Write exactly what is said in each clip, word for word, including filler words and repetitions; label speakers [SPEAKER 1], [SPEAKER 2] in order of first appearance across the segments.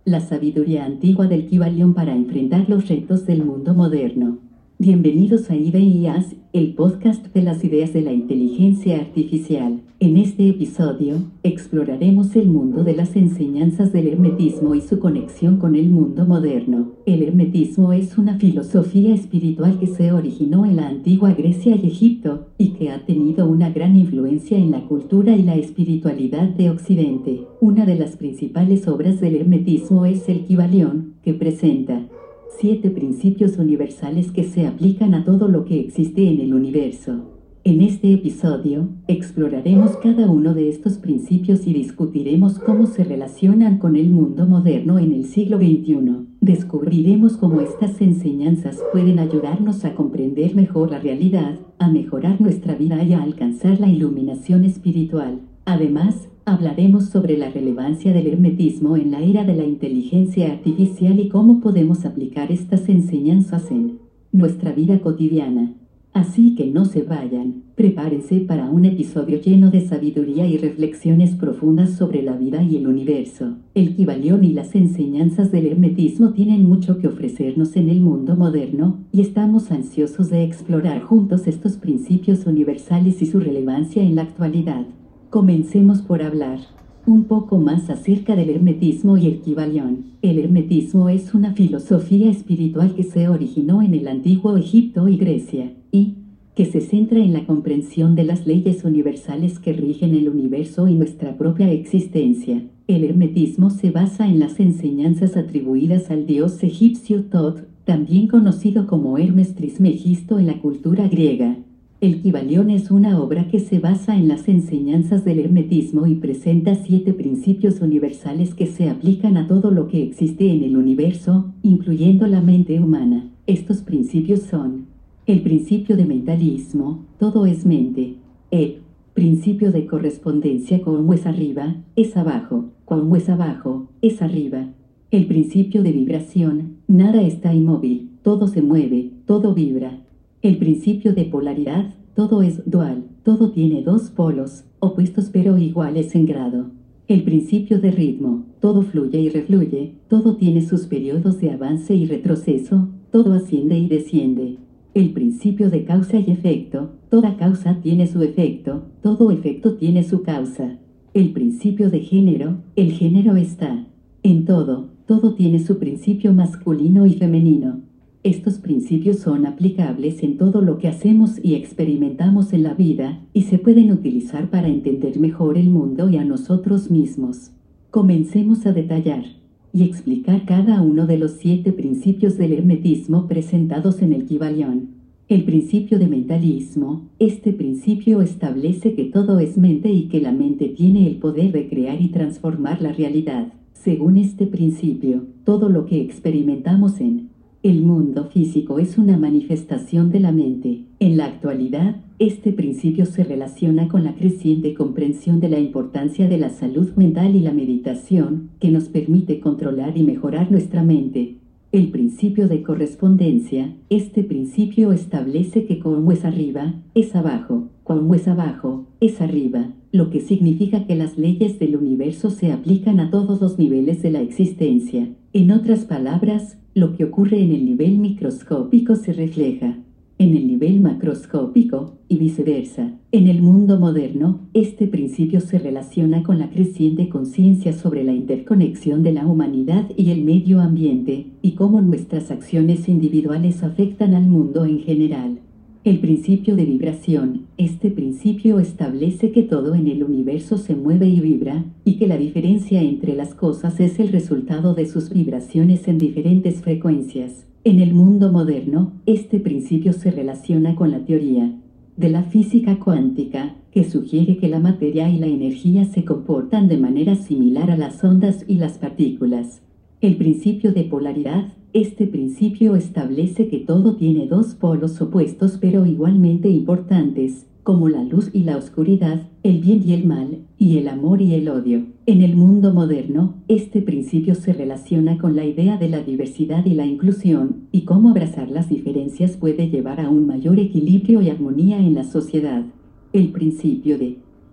[SPEAKER 1] la sabiduría antigua del Kybalión para enfrentar los retos del mundo moderno. Bienvenidos a Ideas, el podcast de las ideas de la inteligencia artificial. En este episodio, exploraremos el mundo de las enseñanzas del hermetismo y su conexión con el mundo moderno. El hermetismo es una filosofía espiritual que se originó en la antigua Grecia y Egipto, y que ha tenido una gran influencia en la cultura y la espiritualidad de Occidente. Una de las principales obras del hermetismo es el Kybalión, que presenta siete principios universales que se aplican a todo lo que existe en el universo. En este episodio, exploraremos cada uno de estos principios y discutiremos cómo se relacionan con el mundo moderno en el siglo veintiuno. Descubriremos cómo estas enseñanzas pueden ayudarnos a comprender mejor la realidad, a mejorar nuestra vida y a alcanzar la iluminación espiritual. Además, hablaremos sobre la relevancia del hermetismo en la era de la inteligencia artificial y cómo podemos aplicar estas enseñanzas en nuestra vida cotidiana. Así que no se vayan, prepárense para un episodio lleno de sabiduría y reflexiones profundas sobre la vida y el universo. El Kybalión y las enseñanzas del hermetismo tienen mucho que ofrecernos en el mundo moderno, y estamos ansiosos de explorar juntos estos principios universales y su relevancia en la actualidad. Comencemos por hablar un poco más acerca del hermetismo y el Kybalión. El hermetismo es una filosofía espiritual que se originó en el antiguo Egipto y Grecia, y que se centra en la comprensión de las leyes universales que rigen el universo y nuestra propia existencia. El hermetismo se basa en las enseñanzas atribuidas al dios egipcio Thoth, también conocido como Hermes Trismegisto en la cultura griega. El Kybalión es una obra que se basa en las enseñanzas del hermetismo y presenta siete principios universales que se aplican a todo lo que existe en el universo, incluyendo la mente humana. Estos principios son: el principio de mentalismo, todo es mente. El principio de correspondencia, como es arriba, es abajo, como es abajo, es arriba. El principio de vibración, nada está inmóvil, todo se mueve, todo vibra. El principio de polaridad, todo es dual, todo tiene dos polos, opuestos pero iguales en grado. El principio de ritmo, todo fluye y refluye, todo tiene sus periodos de avance y retroceso, todo asciende y desciende. El principio de causa y efecto, toda causa tiene su efecto, todo efecto tiene su causa. El principio de género, el género está en todo, todo tiene su principio masculino y femenino. Estos principios son aplicables en todo lo que hacemos y experimentamos en la vida, y se pueden utilizar para entender mejor el mundo y a nosotros mismos. Comencemos a detallar y explicar cada uno de los siete principios del hermetismo presentados en el Kybalión. El principio de mentalismo, este principio establece que todo es mente y que la mente tiene el poder de crear y transformar la realidad. Según este principio, todo lo que experimentamos en el mundo físico es una manifestación de la mente. En la actualidad, este principio se relaciona con la creciente comprensión de la importancia de la salud mental y la meditación, que nos permite controlar y mejorar nuestra mente. El principio de correspondencia, este principio establece que como es arriba, es abajo, como es abajo, es arriba, lo que significa que las leyes del universo se aplican a todos los niveles de la existencia. En otras palabras, lo que ocurre en el nivel microscópico se refleja en el nivel macroscópico, y viceversa. En el mundo moderno, este principio se relaciona con la creciente conciencia sobre la interconexión de la humanidad y el medio ambiente, y cómo nuestras acciones individuales afectan al mundo en general. El principio de vibración, este principio establece que todo en el universo se mueve y vibra, y que la diferencia entre las cosas es el resultado de sus vibraciones en diferentes frecuencias. En el mundo moderno, este principio se relaciona con la teoría de la física cuántica, que sugiere que la materia y la energía se comportan de manera similar a las ondas y las partículas. El principio de polaridad, este principio establece que todo tiene dos polos opuestos pero igualmente importantes, como la luz y la oscuridad, el bien y el mal, y el amor y el odio. En el mundo moderno, este principio se relaciona con la idea de la diversidad y la inclusión, y cómo abrazar las diferencias puede llevar a un mayor equilibrio y armonía en la sociedad. El principio de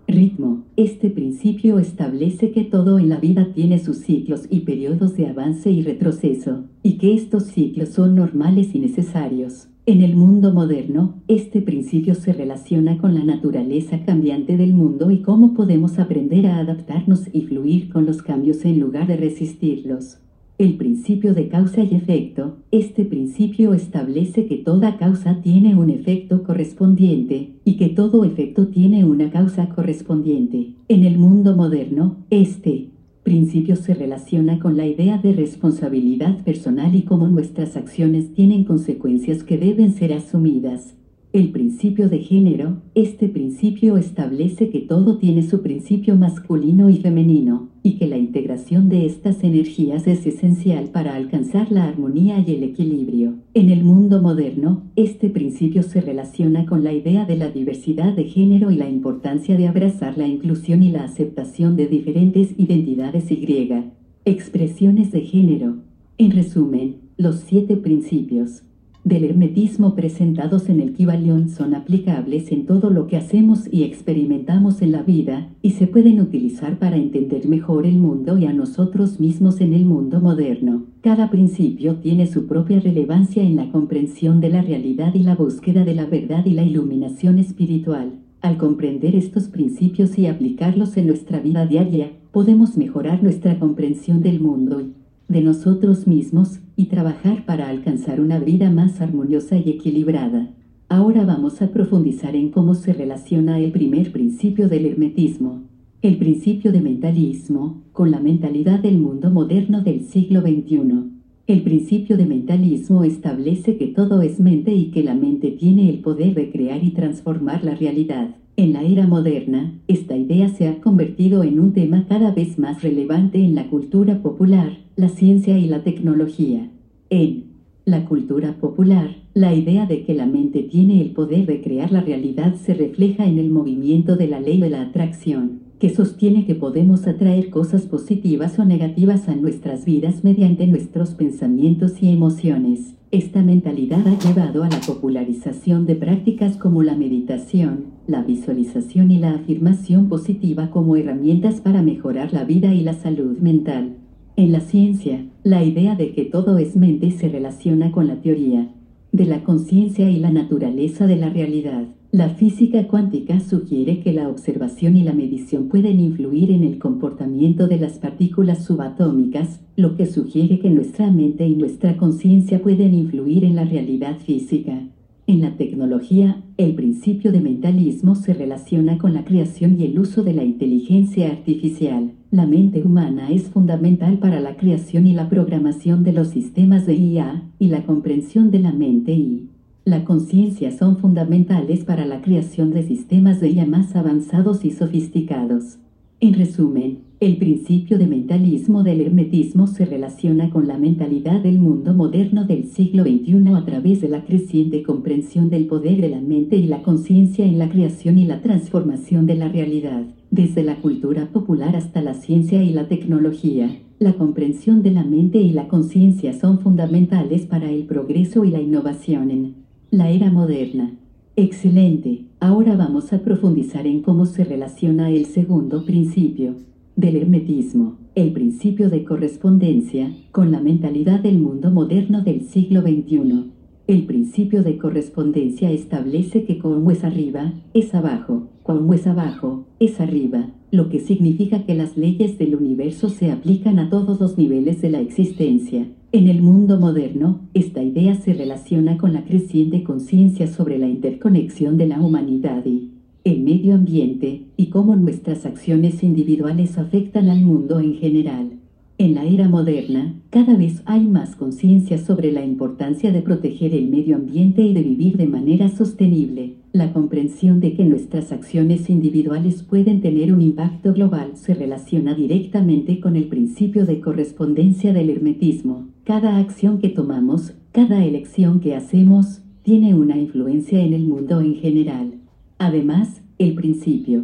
[SPEAKER 1] Ritmo. Este principio establece que todo en la vida tiene sus ciclos y periodos de avance y retroceso, y que estos ciclos son normales y necesarios. En el mundo moderno, este principio se relaciona con la naturaleza cambiante del mundo y cómo podemos aprender a adaptarnos y fluir con los cambios en lugar de resistirlos. El principio de causa y efecto. Este principio establece que toda causa tiene un efecto correspondiente, y que todo efecto tiene una causa correspondiente. En el mundo moderno, este principio se relaciona con la idea de responsabilidad personal y cómo nuestras acciones tienen consecuencias que deben ser asumidas. El principio de género. Este principio establece que todo tiene su principio masculino y femenino, y que la integración de estas energías es esencial para alcanzar la armonía y el equilibrio. En el mundo moderno, este principio se relaciona con la idea de la diversidad de género y la importancia de abrazar la inclusión y la aceptación de diferentes identidades y expresiones de género. En resumen, los siete principios del hermetismo presentados en el Kybalion son aplicables en todo lo que hacemos y experimentamos en la vida, y se pueden utilizar para entender mejor el mundo y a nosotros mismos en el mundo moderno. Cada principio tiene su propia relevancia en la comprensión de la realidad y la búsqueda de la verdad y la iluminación espiritual. Al comprender estos principios y aplicarlos en nuestra vida diaria, podemos mejorar nuestra comprensión del mundo y de nosotros mismos, y trabajar para alcanzar una vida más armoniosa y equilibrada. Ahora vamos a profundizar en cómo se relaciona el primer principio del hermetismo, el principio de mentalismo, con la mentalidad del mundo moderno del siglo veintiuno. El principio de mentalismo establece que todo es mente y que la mente tiene el poder de crear y transformar la realidad. En la era moderna, esta idea se ha convertido en un tema cada vez más relevante en la cultura popular, la ciencia y la tecnología. En la cultura popular, la idea de que la mente tiene el poder de crear la realidad se refleja en el movimiento de la ley de la atracción, que sostiene que podemos atraer cosas positivas o negativas a nuestras vidas mediante nuestros pensamientos y emociones. Esta mentalidad ha llevado a la popularización de prácticas como la meditación, la visualización y la afirmación positiva como herramientas para mejorar la vida y la salud mental. En la ciencia, la idea de que todo es mente se relaciona con la teoría de la conciencia y la naturaleza de la realidad. La física cuántica sugiere que la observación y la medición pueden influir en el comportamiento de las partículas subatómicas, lo que sugiere que nuestra mente y nuestra conciencia pueden influir en la realidad física. En la tecnología, el principio de mentalismo se relaciona con la creación y el uso de la inteligencia artificial. La mente humana es fundamental para la creación y la programación de los sistemas de I A, y la comprensión de la mente y la conciencia son fundamentales para la creación de sistemas de I A más avanzados y sofisticados. En resumen, el principio de mentalismo del hermetismo se relaciona con la mentalidad del mundo moderno del siglo veintiuno a través de la creciente comprensión del poder de la mente y la conciencia en la creación y la transformación de la realidad. Desde la cultura popular hasta la ciencia y la tecnología, la comprensión de la mente y la conciencia son fundamentales para el progreso y la innovación en la era moderna. Excelente. Ahora vamos a profundizar en cómo se relaciona el segundo principio del hermetismo, el principio de correspondencia, con la mentalidad del mundo moderno del siglo veintiuno. El principio de correspondencia establece que como es arriba, es abajo, como es abajo, es arriba, lo que significa que las leyes del universo se aplican a todos los niveles de la existencia. En el mundo moderno, esta idea se relaciona con la creciente conciencia sobre la interconexión de la humanidad y el medio ambiente, y cómo nuestras acciones individuales afectan al mundo en general. En la era moderna, cada vez hay más conciencia sobre la importancia de proteger el medio ambiente y de vivir de manera sostenible. La comprensión de que nuestras acciones individuales pueden tener un impacto global se relaciona directamente con el principio de correspondencia del hermetismo. Cada acción que tomamos, cada elección que hacemos, tiene una influencia en el mundo en general. Además, el principio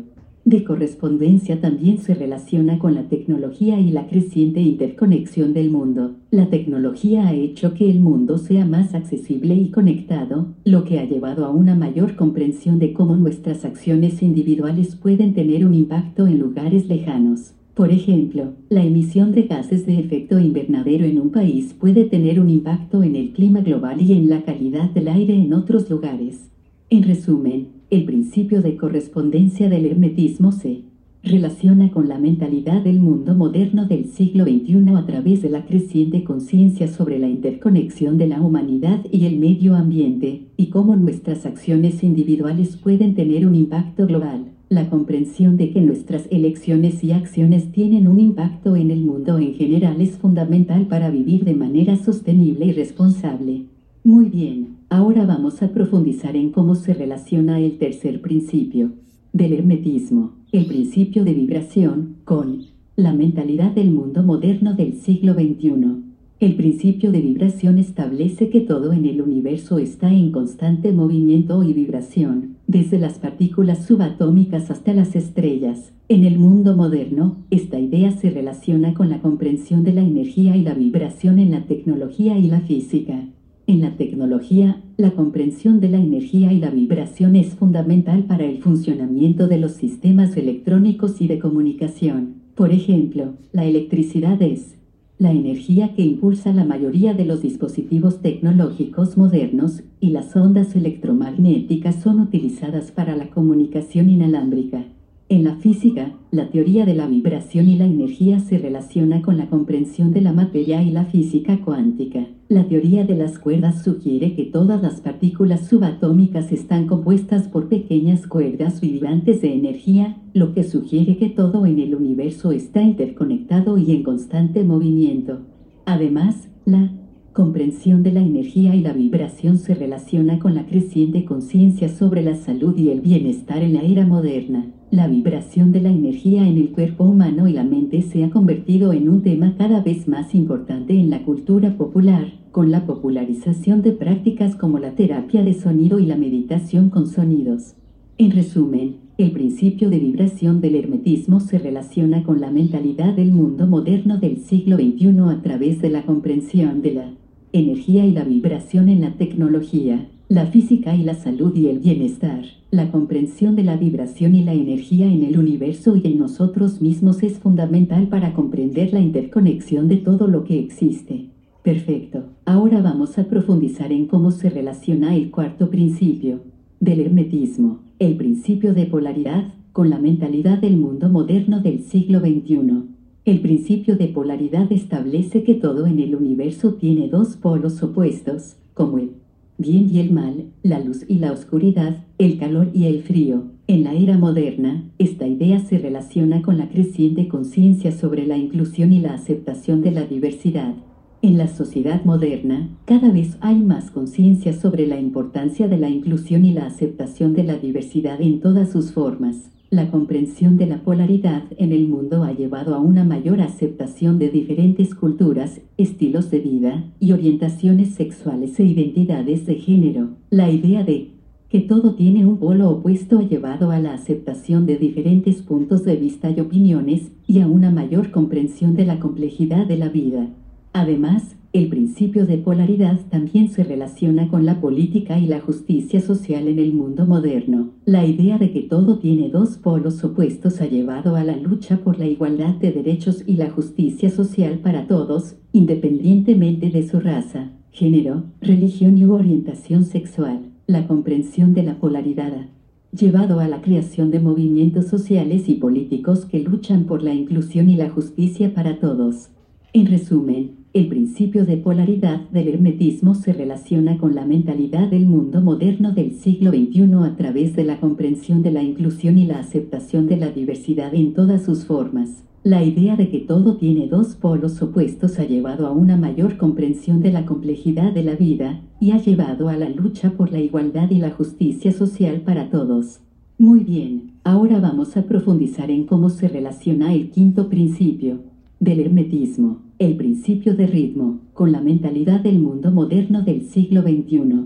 [SPEAKER 1] de correspondencia también se relaciona con la tecnología y la creciente interconexión del mundo. La tecnología ha hecho que el mundo sea más accesible y conectado, lo que ha llevado a una mayor comprensión de cómo nuestras acciones individuales pueden tener un impacto en lugares lejanos. Por ejemplo, la emisión de gases de efecto invernadero en un país puede tener un impacto en el clima global y en la calidad del aire en otros lugares. En resumen, el principio de correspondencia del hermetismo se relaciona con la mentalidad del mundo moderno del siglo veintiuno a través de la creciente conciencia sobre la interconexión de la humanidad y el medio ambiente, y cómo nuestras acciones individuales pueden tener un impacto global. La comprensión de que nuestras elecciones y acciones tienen un impacto en el mundo en general es fundamental para vivir de manera sostenible y responsable. Muy bien, ahora vamos a profundizar en cómo se relaciona el tercer principio del hermetismo, el principio de vibración, con la mentalidad del mundo moderno del siglo veintiuno. El principio de vibración establece que todo en el universo está en constante movimiento y vibración, desde las partículas subatómicas hasta las estrellas. En el mundo moderno, esta idea se relaciona con la comprensión de la energía y la vibración en la tecnología y la física. En la tecnología, la comprensión de la energía y la vibración es fundamental para el funcionamiento de los sistemas electrónicos y de comunicación. Por ejemplo, la electricidad es la energía que impulsa la mayoría de los dispositivos tecnológicos modernos, y las ondas electromagnéticas son utilizadas para la comunicación inalámbrica. En la física, la teoría de la vibración y la energía se relaciona con la comprensión de la materia y la física cuántica. La teoría de las cuerdas sugiere que todas las partículas subatómicas están compuestas por pequeñas cuerdas vibrantes de energía, lo que sugiere que todo en el universo está interconectado y en constante movimiento. Además, la comprensión de la energía y la vibración se relaciona con la creciente conciencia sobre la salud y el bienestar en la era moderna. La vibración de la energía en el cuerpo humano y la mente se ha convertido en un tema cada vez más importante en la cultura popular, con la popularización de prácticas como la terapia de sonido y la meditación con sonidos. En resumen, el principio de vibración del hermetismo se relaciona con la mentalidad del mundo moderno del siglo veintiuno a través de la comprensión de la energía y la vibración en la tecnología, la física y la salud y el bienestar. La comprensión de la vibración y la energía en el universo y en nosotros mismos es fundamental para comprender la interconexión de todo lo que existe. Perfecto. Ahora vamos a profundizar en cómo se relaciona el cuarto principio del hermetismo, el principio de polaridad, con la mentalidad del mundo moderno del siglo veintiuno. El principio de polaridad establece que todo en el universo tiene dos polos opuestos, como el bien y el mal, la luz y la oscuridad, el calor y el frío. En la era moderna, esta idea se relaciona con la creciente conciencia sobre la inclusión y la aceptación de la diversidad. En la sociedad moderna, cada vez hay más conciencia sobre la importancia de la inclusión y la aceptación de la diversidad en todas sus formas. La comprensión de la polaridad en el mundo ha llevado a una mayor aceptación de diferentes culturas, estilos de vida y orientaciones sexuales e identidades de género. La idea de que todo tiene un polo opuesto ha llevado a la aceptación de diferentes puntos de vista y opiniones, y a una mayor comprensión de la complejidad de la vida. Además, el principio de polaridad también se relaciona con la política y la justicia social en el mundo moderno. La idea de que todo tiene dos polos opuestos ha llevado a la lucha por la igualdad de derechos y la justicia social para todos, independientemente de su raza, género, religión u orientación sexual. La comprensión de la polaridad ha llevado a la creación de movimientos sociales y políticos que luchan por la inclusión y la justicia para todos. En resumen, el principio de polaridad del hermetismo se relaciona con la mentalidad del mundo moderno del siglo veintiuno a través de la comprensión de la inclusión y la aceptación de la diversidad en todas sus formas. La idea de que todo tiene dos polos opuestos ha llevado a una mayor comprensión de la complejidad de la vida, y ha llevado a la lucha por la igualdad y la justicia social para todos. Muy bien, ahora vamos a profundizar en cómo se relaciona el quinto principio del hermetismo, el principio de ritmo, con la mentalidad del mundo moderno del siglo veintiuno.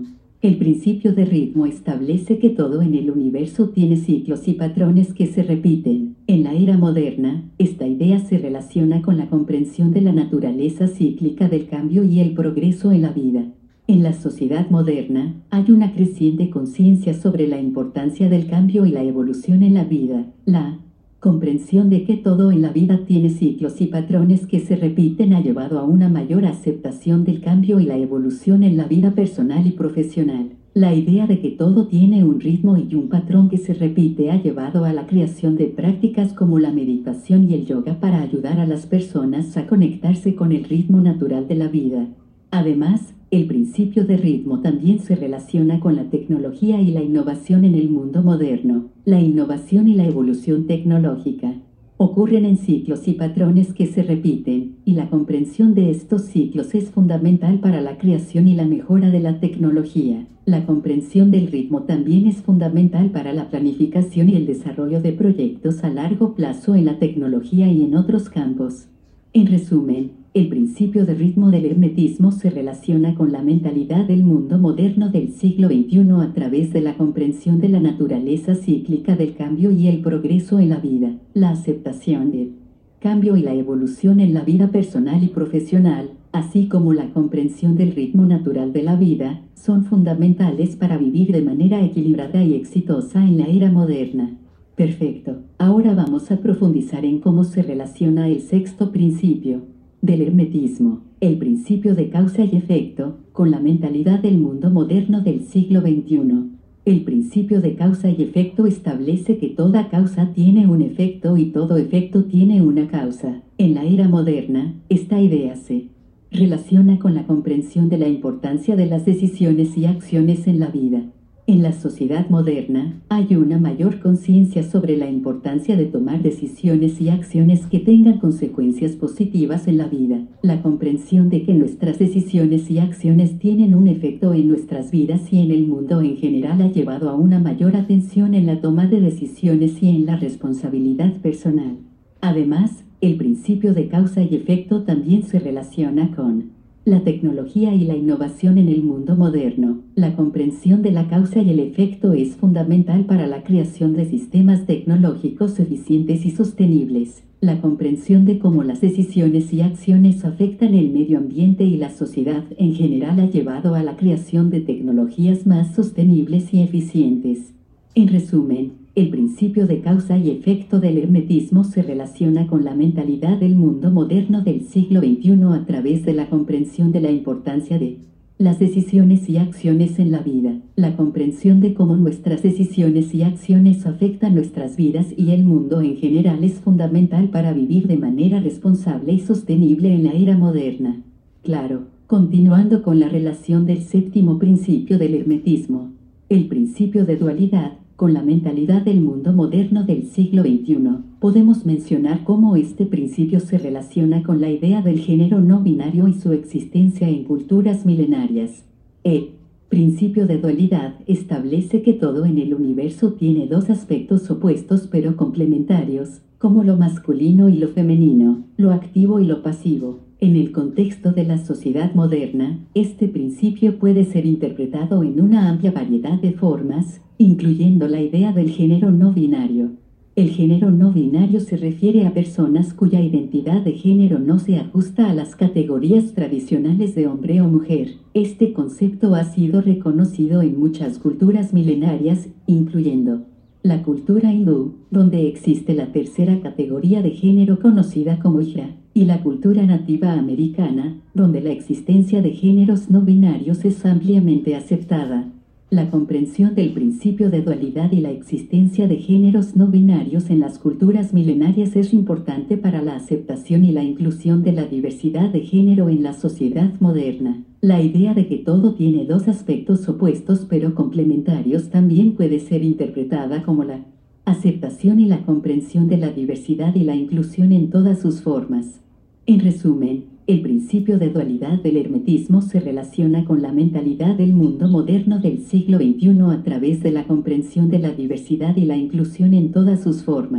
[SPEAKER 1] El principio de ritmo establece que todo en el universo tiene ciclos y patrones que se repiten. En la era moderna, esta idea se relaciona con la comprensión de la naturaleza cíclica del cambio y el progreso en la vida. En la sociedad moderna, hay una creciente conciencia sobre la importancia del cambio y la evolución en la vida. La comprensión de que todo en la vida tiene ciclos y patrones que se repiten ha llevado a una mayor aceptación del cambio y la evolución en la vida personal y profesional. La idea de que todo tiene un ritmo y un patrón que se repite ha llevado a la creación de prácticas como la meditación y el yoga para ayudar a las personas a conectarse con el ritmo natural de la vida. Además, el principio de ritmo también se relaciona con la tecnología y la innovación en el mundo moderno. La innovación y la evolución tecnológica ocurren en ciclos y patrones que se repiten, y la comprensión de estos ciclos es fundamental para la creación y la mejora de la tecnología. La comprensión del ritmo también es fundamental para la planificación y el desarrollo de proyectos a largo plazo en la tecnología y en otros campos. En resumen, el principio de ritmo del hermetismo se relaciona con la mentalidad del mundo moderno del siglo veintiuno a través de la comprensión de la naturaleza cíclica del cambio y el progreso en la vida, la aceptación del cambio y la evolución en la vida personal y profesional, así como la comprensión del ritmo natural de la vida, son fundamentales para vivir de manera equilibrada y exitosa en la era moderna. Perfecto. Ahora vamos a profundizar en cómo se relaciona el sexto principio del hermetismo, el principio de causa y efecto, con la mentalidad del mundo moderno del siglo veintiuno. El principio de causa y efecto establece que toda causa tiene un efecto y todo efecto tiene una causa. En la era moderna, esta idea se relaciona con la comprensión de la importancia de las decisiones y acciones en la vida. En la sociedad moderna, hay una mayor conciencia sobre la importancia de tomar decisiones y acciones que tengan consecuencias positivas en la vida. La comprensión de que nuestras decisiones y acciones tienen un efecto en nuestras vidas y en el mundo en general ha llevado a una mayor atención en la toma de decisiones y en la responsabilidad personal. Además, el principio de causa y efecto también se relaciona con la tecnología y la innovación en el mundo moderno. La comprensión de la causa y el efecto es fundamental para la creación de sistemas tecnológicos eficientes y sostenibles. La comprensión de cómo las decisiones y acciones afectan el medio ambiente y la sociedad en general ha llevado a la creación de tecnologías más sostenibles y eficientes. En resumen, el principio de causa y efecto del hermetismo se relaciona con la mentalidad del mundo moderno del siglo veintiuno a través de la comprensión de la importancia de las decisiones y acciones en la vida. La comprensión de cómo nuestras decisiones y acciones afectan nuestras vidas y el mundo en general es fundamental para vivir de manera responsable y sostenible en la era moderna. Claro, continuando con la relación del séptimo principio del hermetismo, el principio de dualidad, con la mentalidad del mundo moderno del siglo veintiuno, podemos mencionar cómo este principio se relaciona con la idea del género no binario y su existencia en culturas milenarias. El principio de dualidad establece que todo en el universo tiene dos aspectos opuestos pero complementarios, como lo masculino y lo femenino, lo activo y lo pasivo. En el contexto de la sociedad moderna, este principio puede ser interpretado en una amplia variedad de formas, incluyendo la idea del género no binario. El género no binario se refiere a personas cuya identidad de género no se ajusta a las categorías tradicionales de hombre o mujer. Este concepto ha sido reconocido en muchas culturas milenarias, incluyendo la cultura hindú, donde existe la tercera categoría de género conocida como Ijra, y la cultura nativa americana, donde la existencia de géneros no binarios es ampliamente aceptada. La comprensión del principio de dualidad y la existencia de géneros no binarios en las culturas milenarias es importante para la aceptación y la inclusión de la diversidad de género en la sociedad moderna. La idea de que todo tiene dos aspectos opuestos pero complementarios también puede ser interpretada como la aceptación y la comprensión de la diversidad y la inclusión en todas sus formas. En resumen, el principio de dualidad del hermetismo se relaciona con la mentalidad del mundo moderno del siglo veintiuno a través de la comprensión de la diversidad y la inclusión en todas sus formas.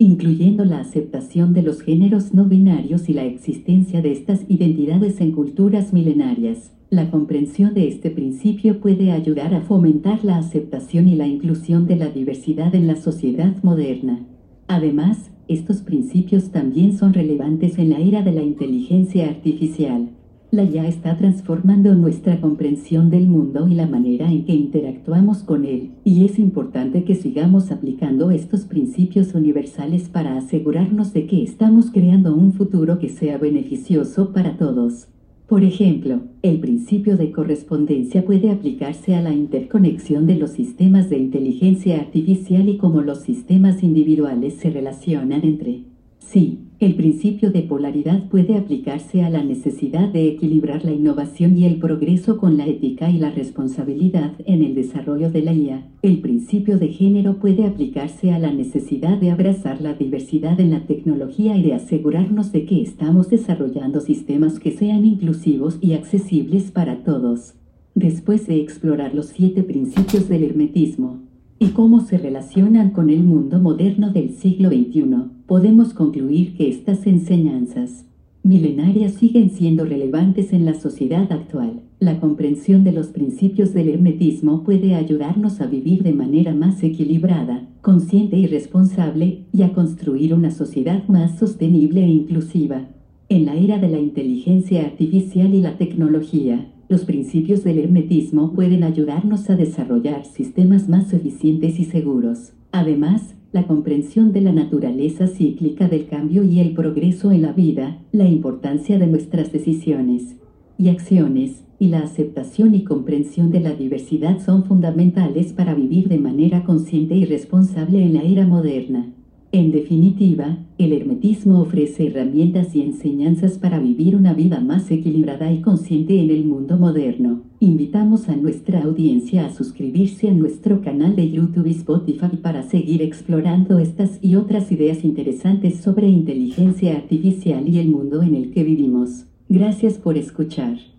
[SPEAKER 1] incluyendo la aceptación de los géneros no binarios y la existencia de estas identidades en culturas milenarias. La comprensión de este principio puede ayudar a fomentar la aceptación y la inclusión de la diversidad en la sociedad moderna. Además, estos principios también son relevantes en la era de la inteligencia artificial. La I A está transformando nuestra comprensión del mundo y la manera en que interactuamos con él, y es importante que sigamos aplicando estos principios universales para asegurarnos de que estamos creando un futuro que sea beneficioso para todos. Por ejemplo, el principio de correspondencia puede aplicarse a la interconexión de los sistemas de inteligencia artificial y cómo los sistemas individuales se relacionan entre sí. El principio de polaridad puede aplicarse a la necesidad de equilibrar la innovación y el progreso con la ética y la responsabilidad en el desarrollo de la I A. El principio de género puede aplicarse a la necesidad de abrazar la diversidad en la tecnología y de asegurarnos de que estamos desarrollando sistemas que sean inclusivos y accesibles para todos. Después de explorar los siete principios del hermetismo y cómo se relacionan con el mundo moderno del siglo veintiuno, podemos concluir que estas enseñanzas milenarias siguen siendo relevantes en la sociedad actual. La comprensión de los principios del hermetismo puede ayudarnos a vivir de manera más equilibrada, consciente y responsable, y a construir una sociedad más sostenible e inclusiva. En la era de la inteligencia artificial y la tecnología, los principios del hermetismo pueden ayudarnos a desarrollar sistemas más eficientes y seguros. Además, la comprensión de la naturaleza cíclica del cambio y el progreso en la vida, la importancia de nuestras decisiones y acciones, y la aceptación y comprensión de la diversidad son fundamentales para vivir de manera consciente y responsable en la era moderna. En definitiva, el hermetismo ofrece herramientas y enseñanzas para vivir una vida más equilibrada y consciente en el mundo moderno. Invitamos a nuestra audiencia a suscribirse a nuestro canal de YouTube y Spotify para seguir explorando estas y otras ideas interesantes sobre inteligencia artificial y el mundo en el que vivimos. Gracias por escuchar.